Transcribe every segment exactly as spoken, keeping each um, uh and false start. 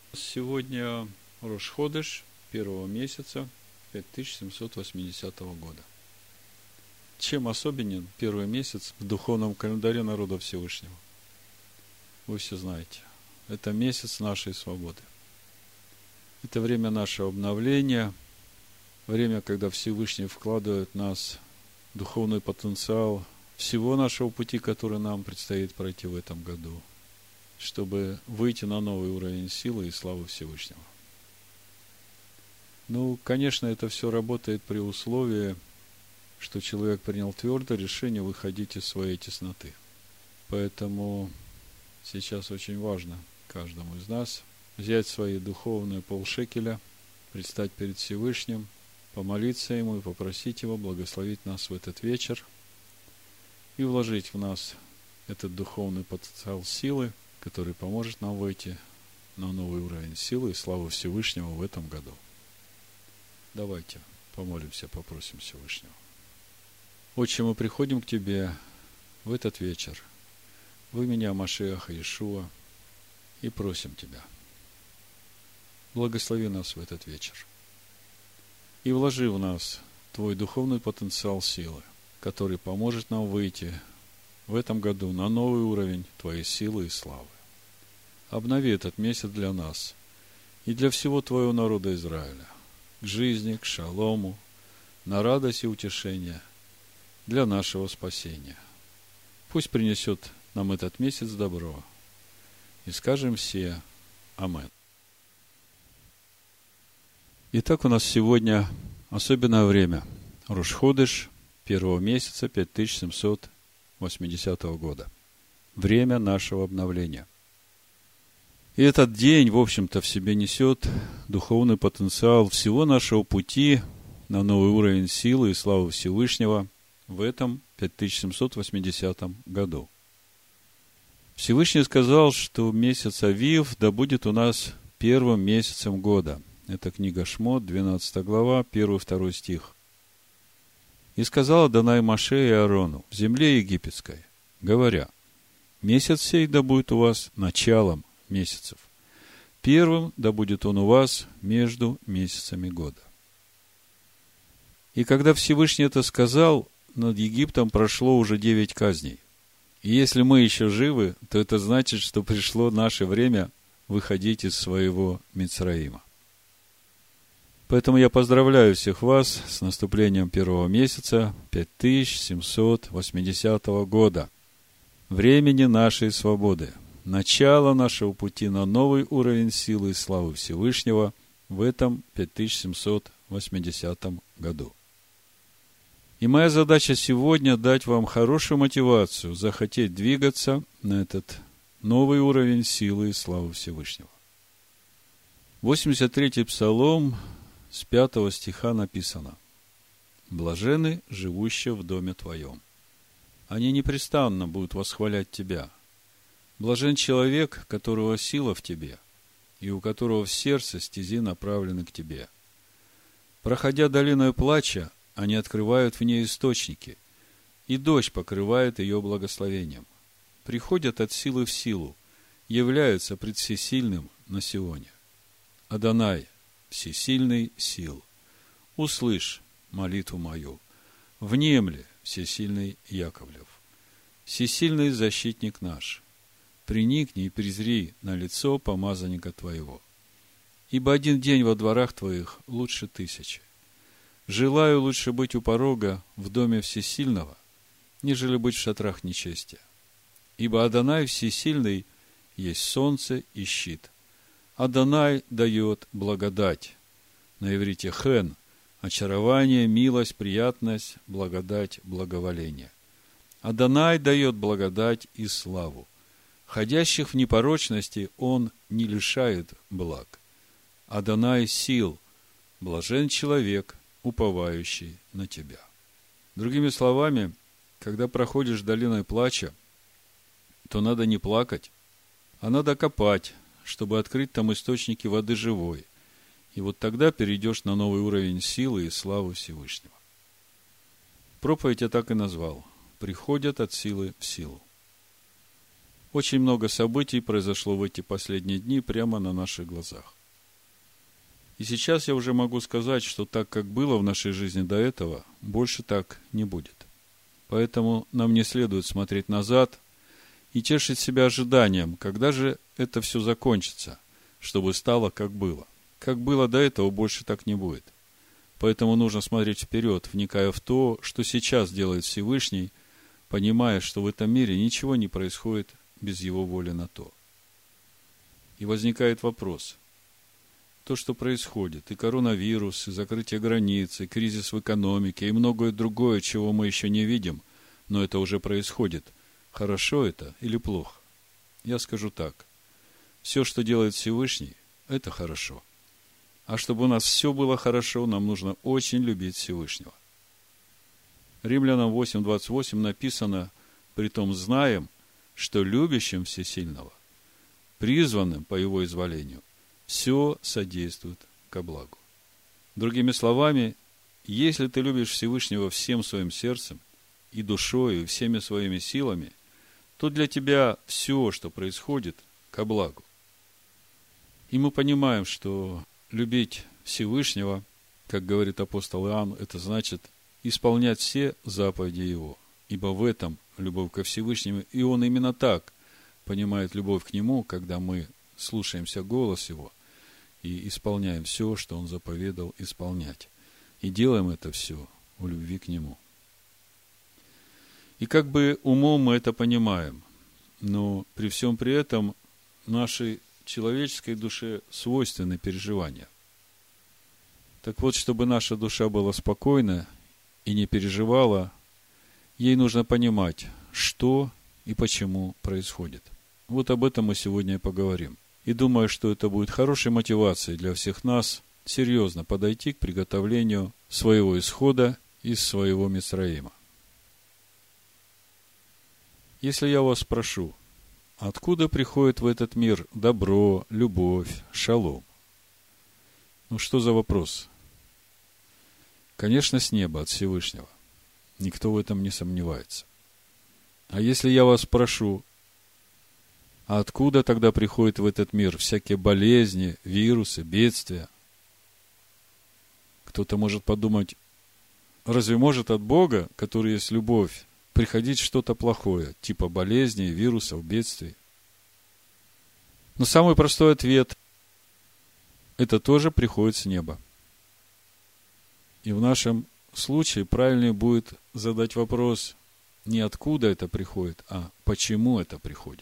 Сегодня Рош Ходеш первого месяца пять тысяч семьсот восьмидесятого года. Чем особенен первый месяц в духовном календаре народа Всевышнего? Вы все знаете. Это месяц нашей свободы. Это время нашего обновления, время, когда Всевышний вкладывает в нас духовный потенциал всего нашего пути, который нам предстоит пройти в этом году, чтобы выйти на новый уровень силы и славы Всевышнего. Ну, конечно, это все работает при условии, что человек принял твердое решение выходить из своей тесноты. Поэтому сейчас очень важно каждому из нас взять свои духовные полшекеля, предстать перед Всевышним, помолиться Ему и попросить Его благословить нас в этот вечер и вложить в нас этот духовный потенциал силы, который поможет нам выйти на новый уровень силы и славы Всевышнего в этом году. Давайте помолимся, попросим Всевышнего. Отче, мы приходим к Тебе в этот вечер, в имени Машиаха Иешуа, и просим Тебя, благослови нас в этот вечер и вложи в нас Твой духовный потенциал силы, который поможет нам выйти в этом году на новый уровень Твоей силы и славы. Обнови этот месяц для нас и для всего Твоего народа Израиля, к жизни, к шалому, на радость и утешение, для нашего спасения. Пусть принесет нам этот месяц добро. И скажем все Амен. Итак, у нас сегодня особенное время. Рош Ходеш первого месяца пять тысяч семьсот восьмидесятого года. Время нашего обновления. И этот день, в общем-то, в себе несет духовный потенциал всего нашего пути на новый уровень силы и славы Всевышнего в этом пять тысяч семьсот восьмидесятом году. Всевышний сказал, что месяц Авив да будет у нас первым месяцем года. Это книга Шмот, двенадцатая глава, первый-второй стих. И сказал Адонай Моше и Аарону в земле египетской, говоря: месяц сей да будет у вас началом месяцев. Первым да будет он у вас между месяцами года. И когда Всевышний это сказал, над Египтом прошло уже девять казней. И если мы еще живы, то это значит, что пришло наше время выходить из своего Мицраима. Поэтому я поздравляю всех вас с наступлением первого месяца пять тысяч семьсот восьмидесятого года, времени нашей свободы, начало нашего пути на новый уровень силы и славы Всевышнего в этом пять тысяч семьсот восьмидесятом году. И моя задача сегодня дать вам хорошую мотивацию захотеть двигаться на этот новый уровень силы и славы Всевышнего. восемьдесят третий Псалом с пятого стиха написано: «Блажены, живущие в доме Твоем. Они непрестанно будут восхвалять Тебя. Блажен человек, которого сила в Тебе, и у которого в сердце стези направлены к Тебе. Проходя долиною плача, они открывают в ней источники, и дождь покрывает ее благословением. Приходят от силы в силу, являются пред всесильным на Сионе. Адонай, всесильный сил, услышь молитву мою, внемли, всесильный Яковлев, всесильный защитник наш, приникни и презри на лицо помазанника Твоего. Ибо один день во дворах Твоих лучше тысячи. Желаю лучше быть у порога в доме всесильного, нежели быть в шатрах нечестия. Ибо Адонай всесильный есть солнце и щит. Адонай дает благодать. На иврите хен – очарование, милость, приятность, благодать, благоволение. Адонай дает благодать и славу. Ходящих в непорочности он не лишает благ. Адонай сил, блажен человек, уповающий на Тебя». Другими словами, когда проходишь долиной плача, то надо не плакать, а надо копать, чтобы открыть там источники воды живой. И вот тогда перейдешь на новый уровень силы и славы Всевышнего. Проповедь я так и назвал: «Приходят от силы в силу». Очень много событий произошло в эти последние дни прямо на наших глазах. И сейчас я уже могу сказать, что так, как было в нашей жизни до этого, больше так не будет. Поэтому нам не следует смотреть назад и тешить себя ожиданием, когда же это все закончится, чтобы стало, как было. Как было до этого, больше так не будет. Поэтому нужно смотреть вперед, вникая в то, что сейчас делает Всевышний, понимая, что в этом мире ничего не происходит без его воли на то. И возникает вопрос. То, что происходит, и коронавирус, и закрытие границ, и кризис в экономике, и многое другое, чего мы еще не видим, но это уже происходит. Хорошо это или плохо? Я скажу так. Все, что делает Всевышний, это хорошо. А чтобы у нас все было хорошо, нам нужно очень любить Всевышнего. Римлянам восемь двадцать восемь написано: «Притом знаем, что любящим Всесильного, призванным по Его изволению, все содействует ко благу». Другими словами, если ты любишь Всевышнего всем своим сердцем, и душой, и всеми своими силами, то для тебя все, что происходит, ко благу. И мы понимаем, что любить Всевышнего, как говорит апостол Иоанн, это значит исполнять все заповеди Его. Ибо в этом любовь ко Всевышнему, и Он именно так понимает любовь к Нему, когда мы слушаемся голос Его и исполняем все, что Он заповедал исполнять. И делаем это все в любви к Нему. И как бы умом мы это понимаем, но при всем при этом нашей человеческой душе свойственны переживания. Так вот, чтобы наша душа была спокойна и не переживала, ей нужно понимать, что и почему происходит. Вот об этом мы сегодня и поговорим. И думаю, что это будет хорошей мотивацией для всех нас серьезно подойти к приготовлению своего исхода из своего Мицраима. Если я вас спрошу, откуда приходит в этот мир добро, любовь, шалом? Ну, что за вопрос? Конечно, с неба, от Всевышнего. Никто в этом не сомневается. А если я вас спрошу, а откуда тогда приходят в этот мир всякие болезни, вирусы, бедствия? Кто-то может подумать, разве может от Бога, который есть любовь, приходить что-то плохое, типа болезней, вирусов, бедствий? Но самый простой ответ – это тоже приходит с неба. И в нашем случае правильнее будет задать вопрос не откуда это приходит, а почему это приходит.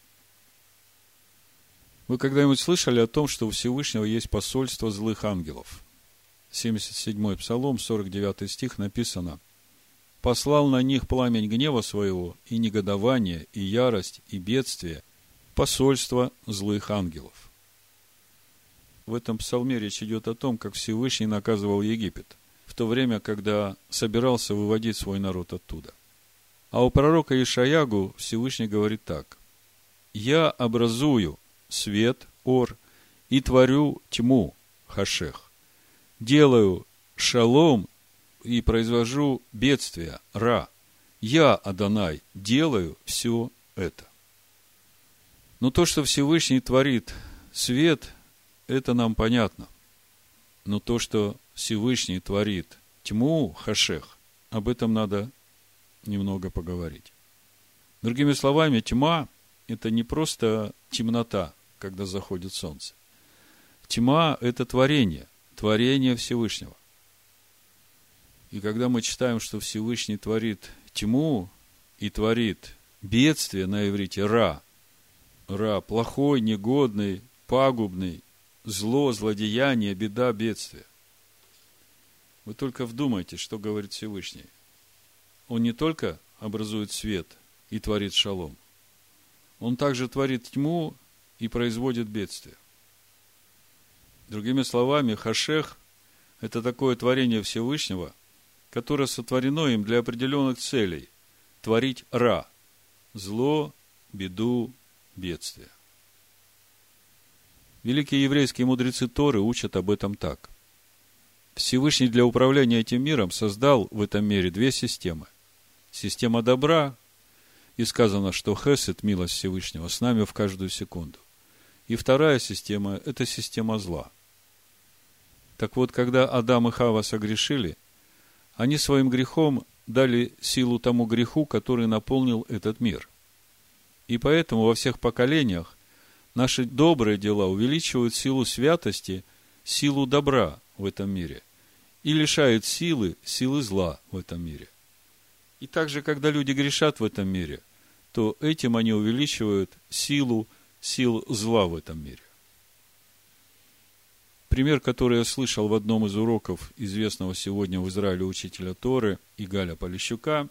Вы когда-нибудь слышали о том, что у Всевышнего есть посольство злых ангелов? семьдесят седьмой Псалом, сорок девятый стих написано: «Послал на них пламень гнева своего, и негодование, и ярость, и бедствие, посольство злых ангелов». В этом псалме речь идет о том, как Всевышний наказывал Египет, в то время, когда собирался выводить свой народ оттуда. А у пророка Ишаягу Всевышний говорит так: «Я образую свет, ор, и творю тьму, хашех, делаю шалом и произвожу бедствие, ра. Я, Адонай, делаю все это». Но то, что Всевышний творит свет, это нам понятно. Но то, что Всевышний творит тьму, хашех, об этом надо немного поговорить. Другими словами, тьма – это не просто темнота, когда заходит солнце. Тьма – это творение, творение Всевышнего. И когда мы читаем, что Всевышний творит тьму и творит бедствие на иврите ра, ра – плохой, негодный, пагубный, зло, злодеяние, беда, бедствие. Вы только вдумайтесь, что говорит Всевышний. Он не только образует свет и творит шалом, он также творит тьму и производит бедствие. Другими словами, хашех – это такое творение Всевышнего, которое сотворено им для определенных целей – творить ра – зло, беду, бедствие. Великие еврейские мудрецы Торы учат об этом так. Всевышний для управления этим миром создал в этом мире две системы. Система добра И сказано, что хесед, милость Всевышнего, с нами в каждую секунду. И вторая система – это система зла. Так вот, когда Адам и Хава согрешили, они своим грехом дали силу тому греху, который наполнил этот мир. И поэтому во всех поколениях наши добрые дела увеличивают силу святости, силу добра в этом мире и лишают силы, силы зла в этом мире. И также, когда люди грешат в этом мире, то этим они увеличивают силу, сил зла в этом мире. Пример, который я слышал в одном из уроков известного сегодня в Израиле учителя Торы Игаля Полищука,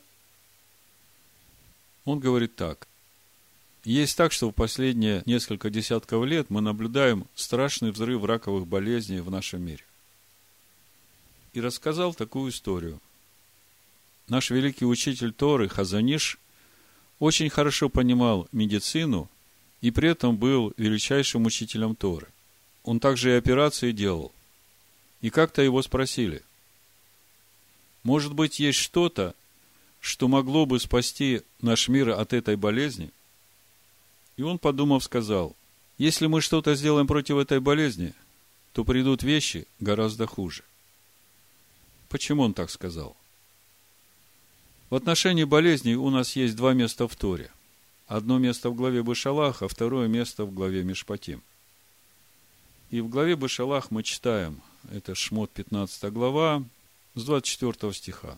он говорит так. Есть так, что в последние несколько десятков лет мы наблюдаем страшный взрыв раковых болезней в нашем мире. И рассказал такую историю. Наш великий учитель Торы Хазон Иш очень хорошо понимал медицину и при этом был величайшим учителем Торы. Он также и операции делал. И как-то его спросили, может быть, есть что-то, что могло бы спасти наш мир от этой болезни? И он, подумав, сказал, если мы что-то сделаем против этой болезни, то придут вещи гораздо хуже. Почему он так сказал? В отношении болезней у нас есть два места в Торе. Одно место в главе Бешалах, а второе место в главе Мишпатим. И в главе Бешалах мы читаем, это Шмот пятнадцатая глава, с двадцать четвёртого стиха.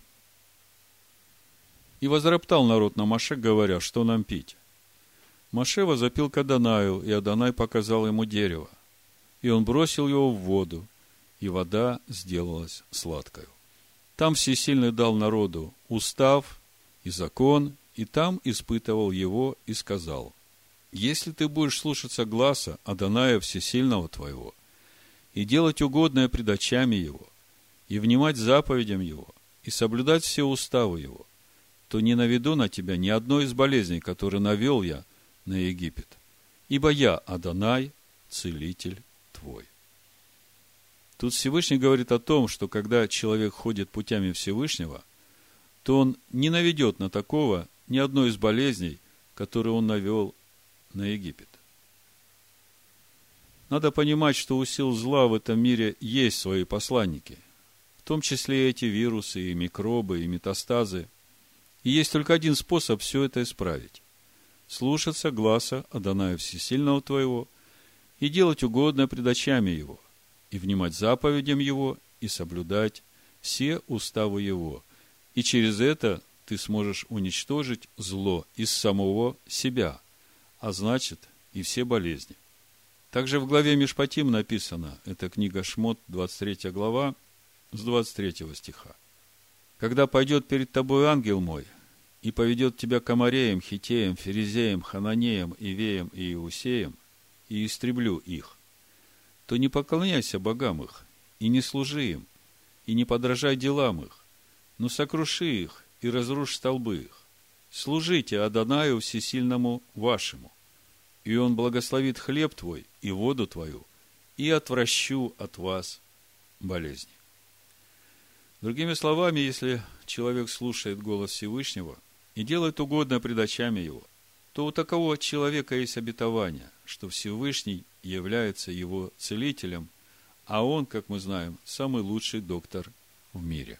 «И возроптал народ на Моше, говоря, что нам пить? Моше возопил к Адонаю, и Адонай показал ему дерево. И он бросил его в воду, и вода сделалась сладкою. Там Всесильный дал народу устав и закон, и там испытывал его и сказал, если ты будешь слушаться гласа Адоная Всесильного твоего, и делать угодное пред очами его, и внимать заповедям его, и соблюдать все уставы его, то не наведу на тебя ни одной из болезней, которые навел я на Египет, ибо я, Адонай, целитель твой». Тут Всевышний говорит о том, что когда человек ходит путями Всевышнего, то он не наведет на такого ни одной из болезней, которые он навел на Египет. Надо понимать, что у сил зла в этом мире есть свои посланники, в том числе и эти вирусы, и микробы, и метастазы. И есть только один способ все это исправить. Слушаться гласа Адоная Всесильного твоего и делать угодное пред очами его, и внимать заповедям его, и соблюдать все уставы его. И через это ты сможешь уничтожить зло из самого себя, а значит и все болезни. Также в главе Мишпатим написано, это книга Шмот, двадцать третья глава, с двадцать третьего стиха. «Когда пойдет перед тобой ангел мой, и поведет тебя к Амореям, Хитеям, Ферезеям, Хананеям, Ивеям и Иусеям, и истреблю их, то не поклоняйся богам их, и не служи им, и не подражай делам их, но сокруши их и разрушь столбы их. Служите Адонаю Всесильному вашему, и он благословит хлеб твой и воду твою, и отвращу от вас болезни». Другими словами, если человек слушает голос Всевышнего и делает угодное пред очами его, то у такого человека есть обетование, что Всевышний является его целителем, а он, как мы знаем, самый лучший доктор в мире.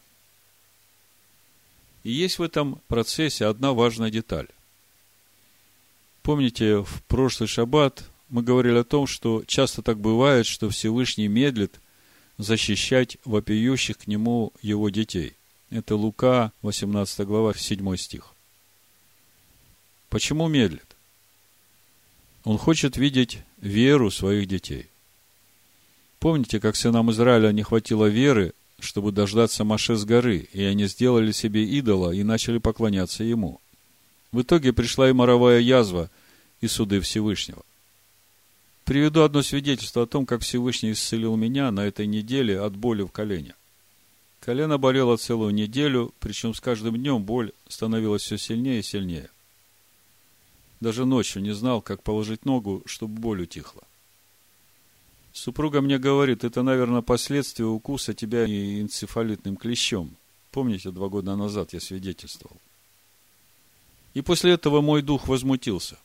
И есть в этом процессе одна важная деталь. Помните, в прошлый шаббат мы говорили о том, что часто так бывает, что Всевышний медлит защищать вопиющих к нему его детей. Это Лука, восемнадцатая глава, седьмой стих. Почему медлит? Он хочет видеть веру своих детей. Помните, как сынам Израиля не хватило веры, чтобы дождаться Моше с горы, и они сделали себе идола и начали поклоняться ему. В итоге пришла и моровая язва, и суды Всевышнего. Приведу одно свидетельство о том, как Всевышний исцелил меня на этой неделе от боли в колене. Колено болело целую неделю, причем с каждым днем боль становилась все сильнее и сильнее. Даже ночью не знал, как положить ногу, чтобы боль утихла. Супруга мне говорит, это, наверное, последствия укуса тебя и энцефалитным клещом. Помните, два года назад я свидетельствовал. И после этого мой дух возмутился.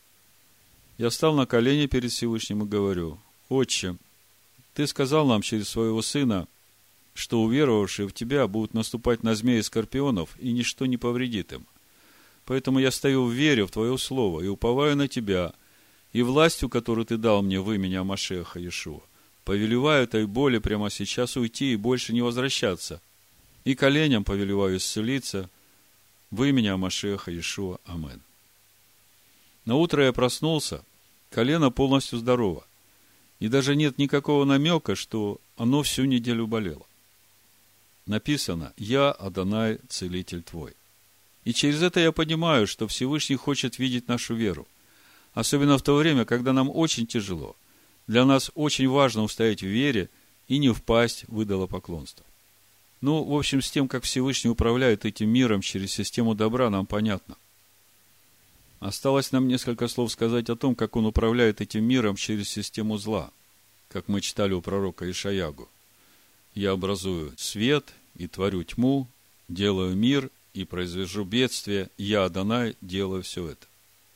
Я встал на колени перед Всевышним и говорю: Отче, Ты сказал нам через своего Сына, что уверовавшие в Тебя будут наступать на змеи и скорпионов, и ничто не повредит им. Поэтому я стою в вере в Твое Слово и уповаю на Тебя, и властью, которую Ты дал мне в имени Машеха Иешуа, повелеваю этой боли прямо сейчас уйти и больше не возвращаться, и коленям повелеваю исцелиться в имени Машеха Иешуа. Амин. На утро я проснулся, колено полностью здорово, и даже нет никакого намека, что оно всю неделю болело. Написано: «Я, Адонай, целитель твой». И через это я понимаю, что Всевышний хочет видеть нашу веру. Особенно в то время, когда нам очень тяжело. Для нас очень важно устоять в вере и не впасть в идолопоклонство. Ну, в общем, с тем, как Всевышний управляет этим миром через систему добра, нам понятно. Осталось нам несколько слов сказать о том, как он управляет этим миром через систему зла, как мы читали у пророка Ишаягу. «Я образую свет и творю тьму, делаю мир и произвожу бедствие, я, Адонай, делаю все это».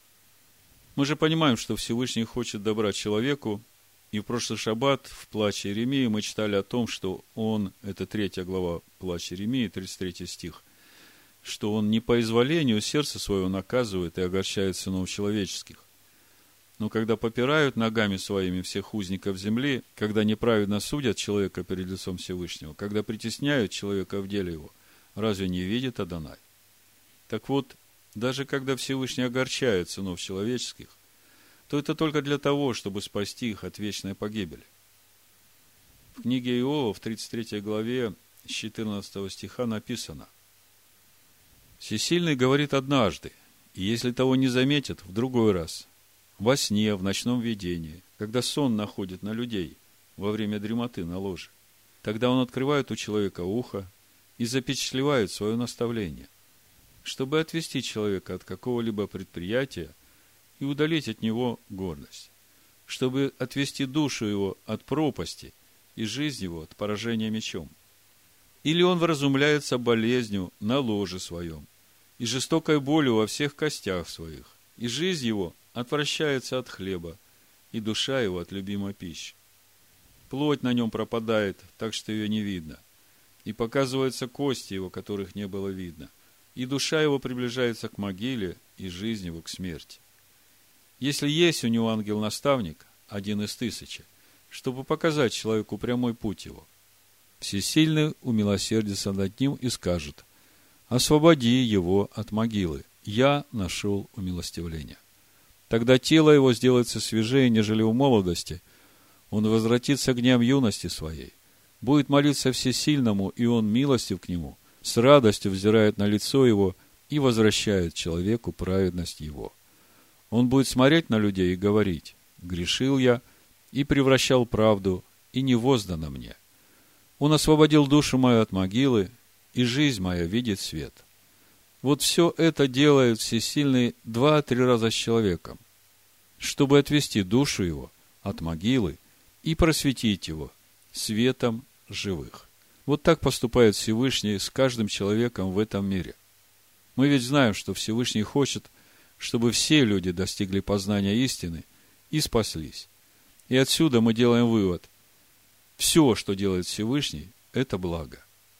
Мы же понимаем, что Всевышний хочет добра человеку, и в прошлый шаббат в Плаче Иеремии мы читали о том, что он, это третья глава Плача Иеремии, тридцать третий стих, что он не по изволению сердца своего наказывает и огорчает сынов человеческих. Но когда попирают ногами своими всех узников земли, когда неправедно судят человека перед лицом Всевышнего, когда притесняют человека в деле его, разве не видит Адонай? Так вот, даже когда Всевышний огорчает сынов человеческих, то это только для того, чтобы спасти их от вечной погибели. В книге Иова, в тридцать третьей главе, с четырнадцатого стиха написано: «Всесильный говорит однажды, и если того не заметят, в другой раз, во сне, в ночном видении, когда сон находит на людей во время дремоты на ложе. Тогда он открывает у человека ухо и запечатлевает свое наставление, чтобы отвести человека от какого-либо предприятия и удалить от него гордость, чтобы отвести душу его от пропасти и жизнь его от поражения мечом. Или он вразумляется болезнью на ложе своем и жестокой болью во всех костях своих, и жизнь его отвращается от хлеба, и душа его от любимой пищи. Плоть на нем пропадает, так что ее не видно, и показываются кости его, которых не было видно, и душа его приближается к могиле, и жизнь его к смерти. Если есть у него ангел-наставник, один из тысячи, чтобы показать человеку прямой путь его, всесильный умилосердится над ним и скажет: освободи его от могилы, я нашел умилостивление. Тогда тело его сделается свежее, нежели в молодости, он возвратится к дням юности своей, будет молиться всесильному, и он милостив к нему, с радостью взирает на лицо его и возвращает человеку праведность его. Он будет смотреть на людей и говорить: грешил я и превращал правду, и не воздано мне. Он освободил душу мою от могилы, и жизнь моя видит свет. Вот все это делает всесильный два-три раза с человеком, чтобы отвести душу его от могилы и просветить его светом живых. Вот так поступает Всевышний с каждым человеком в этом мире. Мы ведь знаем, что Всевышний хочет, чтобы все люди достигли познания истины и спаслись. И отсюда мы делаем вывод: все, что делает Всевышний, это благо.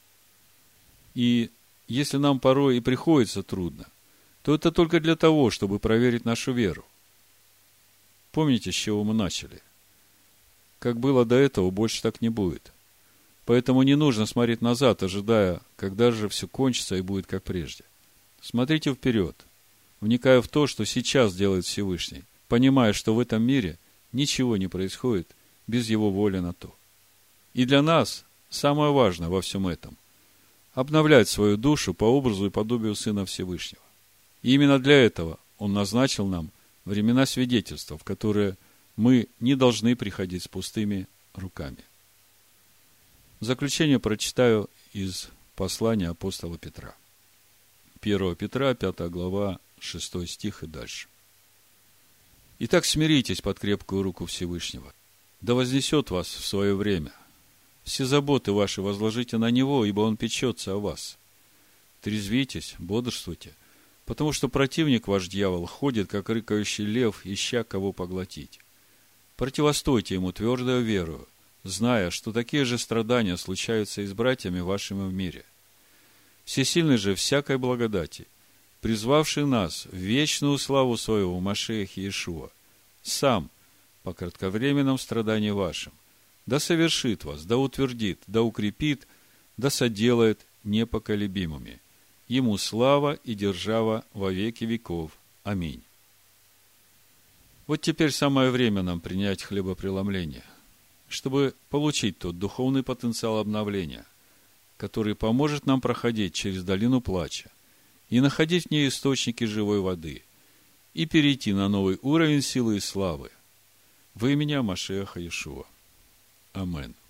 И если нам порой и приходится трудно, то это только для того, чтобы проверить нашу веру. Помните, с чего мы начали? Как было до этого, больше так не будет. Поэтому не нужно смотреть назад, ожидая, когда же все кончится и будет как прежде. Смотрите вперед, вникая в то, что сейчас делает Всевышний, понимая, что в этом мире ничего не происходит без его воли на то. И для нас самое важное во всем этом – обновлять свою душу по образу и подобию Сына Всевышнего. И именно для этого Он назначил нам времена свидетельства, в которые мы не должны приходить с пустыми руками. В заключение прочитаю из послания апостола Петра. первое Петра, пятая глава, шестой стих и дальше. «Итак, смиритесь под крепкую руку Всевышнего, да вознесет вас в свое время. Все заботы ваши возложите на Него, ибо Он печется о вас. Трезвитесь, бодрствуйте, Потому что противник ваш дьявол ходит, как рыкающий лев, ища кого поглотить. Противостойте ему твердою верою, зная, что такие же страдания случаются и с братьями вашими в мире. Всесильный же всякой благодати, призвавший нас в вечную славу своего в Машиахе Иешуа, сам, по кратковременном страдании вашим, да совершит вас, да утвердит, да укрепит, да соделает непоколебимыми. Ему слава и держава во веки веков. Аминь. Вот теперь самое время нам принять хлебопреломление, чтобы получить тот духовный потенциал обновления, который поможет нам проходить через долину плача и находить в ней источники живой воды и перейти на новый уровень силы и славы во имя Машиаха Иешуа. Амен.